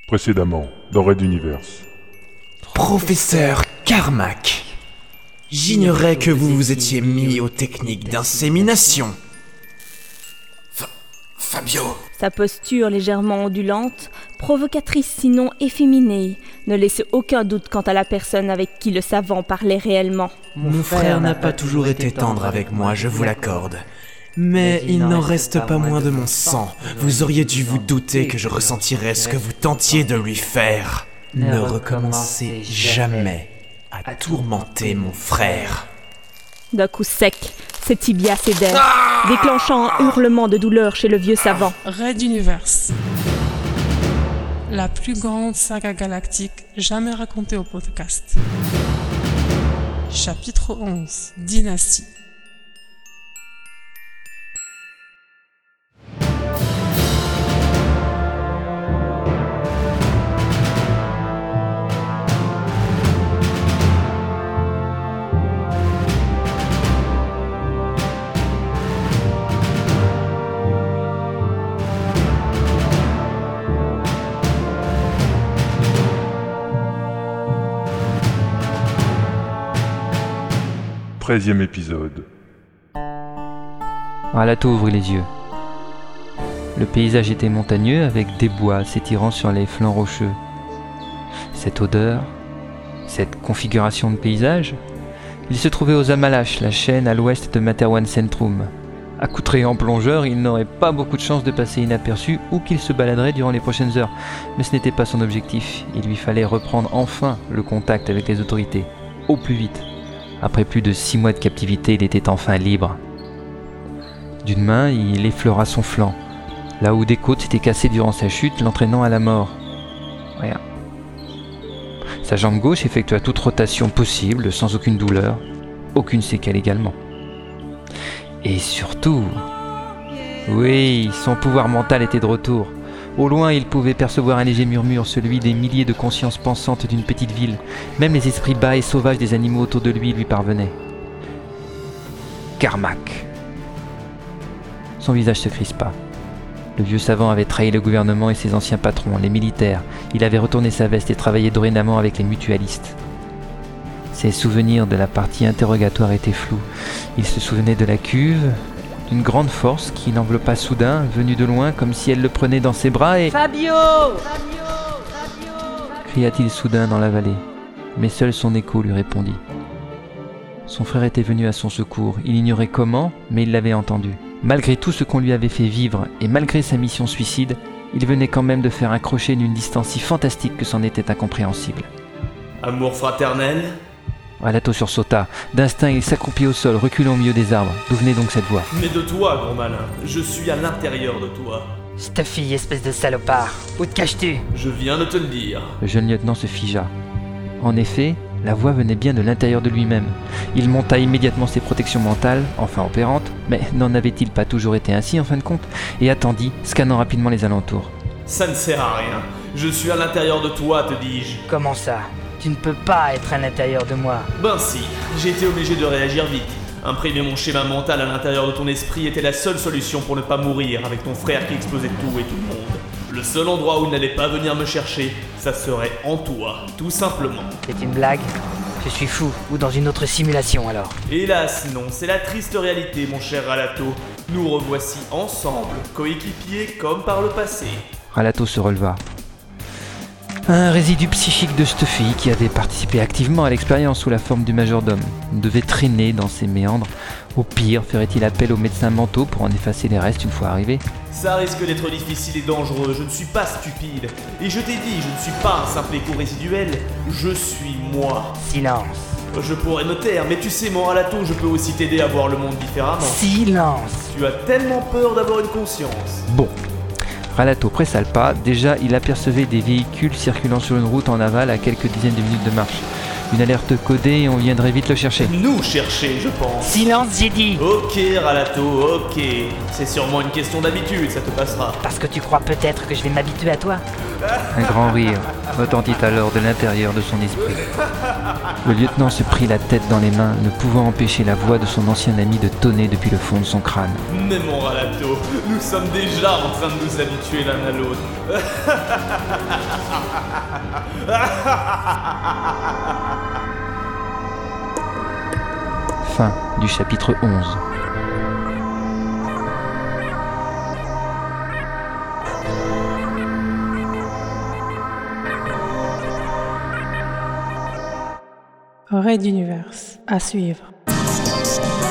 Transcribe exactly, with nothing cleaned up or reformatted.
Précédemment, dans Red Universe. Professeur Carmack, j'ignorais que vous vous étiez mis aux techniques d'insémination. Fa- Fabio. Sa posture légèrement ondulante, provocatrice sinon efféminée, ne laissait aucun doute quant à la personne avec qui le savant parlait réellement. Mon frère n'a pas toujours été tendre avec moi, je vous l'accorde. Mais il n'en reste pas moins de mon sang. Vous auriez dû vous douter que je ressentirais ce que vous tentiez de lui faire. Ne recommencez jamais à tourmenter mon frère. D'un coup sec, ses tibias cédèrent, déclenchant un hurlement de douleur chez le vieux savant. Red Universe. La plus grande saga galactique jamais racontée au podcast. Chapitre onze. Dynastie. Treizième épisode. Ralato ouvrit les yeux. Le paysage était montagneux avec des bois s'étirant sur les flancs rocheux. Cette odeur, cette configuration de paysage, il se trouvait aux Amalaches, la chaîne à l'ouest de Materwan Centrum. Accoutré en plongeur, il n'aurait pas beaucoup de chance de passer inaperçu ou qu'il se baladerait durant les prochaines heures. Mais ce n'était pas son objectif. Il lui fallait reprendre enfin le contact avec les autorités, au plus vite. Après plus de six mois de captivité, il était enfin libre. D'une main, il effleura son flanc, là où des côtes s'étaient cassées durant sa chute, l'entraînant à la mort. Rien. Sa jambe gauche effectua toute rotation possible, sans aucune douleur, aucune séquelle également. Et surtout, oui, son pouvoir mental était de retour. Au loin, il pouvait percevoir un léger murmure, celui des milliers de consciences pensantes d'une petite ville. Même les esprits bas et sauvages des animaux autour de lui lui parvenaient. Carmack. Son visage se crispa. Le vieux savant avait trahi le gouvernement et ses anciens patrons, les militaires. Il avait retourné sa veste et travaillait dorénavant avec les mutualistes. Ses souvenirs de la partie interrogatoire étaient flous. Il se souvenait de la cuve, d'une grande force qui l'enveloppa soudain, venue de loin, comme si elle le prenait dans ses bras et... « Fabio ! Fabio ! Fabio !» cria-t-il soudain dans la vallée, mais seul son écho lui répondit. Son frère était venu à son secours, il ignorait comment, mais il l'avait entendu. Malgré tout ce qu'on lui avait fait vivre, et malgré sa mission suicide, il venait quand même de faire un crochet d'une distance si fantastique que c'en était incompréhensible. Amour fraternel ? Ralato sursauta. D'instinct, il s'accroupit au sol, reculant au milieu des arbres. D'où venait donc cette voix ? Mais de toi, gros malin. Je suis à l'intérieur de toi. Stuffy, espèce de salopard. Où te caches-tu ? Je viens de te le dire. Le jeune lieutenant se figea. En effet, la voix venait bien de l'intérieur de lui-même. Il monta immédiatement ses protections mentales, enfin opérantes, mais n'en avait-il pas toujours été ainsi en fin de compte ? Et attendit, scannant rapidement les alentours. Ça ne sert à rien. Je suis à l'intérieur de toi, te dis-je. Comment ça ? Tu ne peux pas être à l'intérieur de moi. Ben si, j'ai été obligé de réagir vite. Imprimer mon schéma mental à l'intérieur de ton esprit était la seule solution pour ne pas mourir avec ton frère qui explosait tout et tout le monde. Le seul endroit où il n'allait pas venir me chercher, ça serait en toi, tout simplement. C'est une blague ? Je suis fou, ou dans une autre simulation alors. Hélas non, c'est la triste réalité mon cher Ralato. Nous revoici ensemble, coéquipiers comme par le passé. Ralato se releva. Un résidu psychique de Stuffy, qui avait participé activement à l'expérience sous la forme du majordome, devait traîner dans ses méandres. Au pire, ferait-il appel aux médecins mentaux pour en effacer les restes une fois arrivé ? Ça risque d'être difficile et dangereux, je ne suis pas stupide. Et je t'ai dit, je ne suis pas un simple écho résiduel, je suis moi. Silence. Je pourrais me taire, mais tu sais, mon Ralato, je peux aussi t'aider à voir le monde différemment. Silence. Tu as tellement peur d'avoir une conscience. Bon. Ralato pressa le pas. Déjà, il apercevait des véhicules circulant sur une route en aval à quelques dizaines de minutes de marche. Une alerte codée et on viendrait vite le chercher. Nous chercher, je pense. Silence, j'ai dit. Ok, Ralato, ok. C'est sûrement une question d'habitude, ça te passera. Parce que tu crois peut-être que je vais m'habituer à toi ? Un grand rire retentit alors de l'intérieur de son esprit. Le lieutenant se prit la tête dans les mains, ne pouvant empêcher la voix de son ancien ami de tonner depuis le fond de son crâne. Mais mon Ralato, nous sommes déjà en train de nous habituer l'un à l'autre. Fin du chapitre onze. Raid d'univers, à suivre.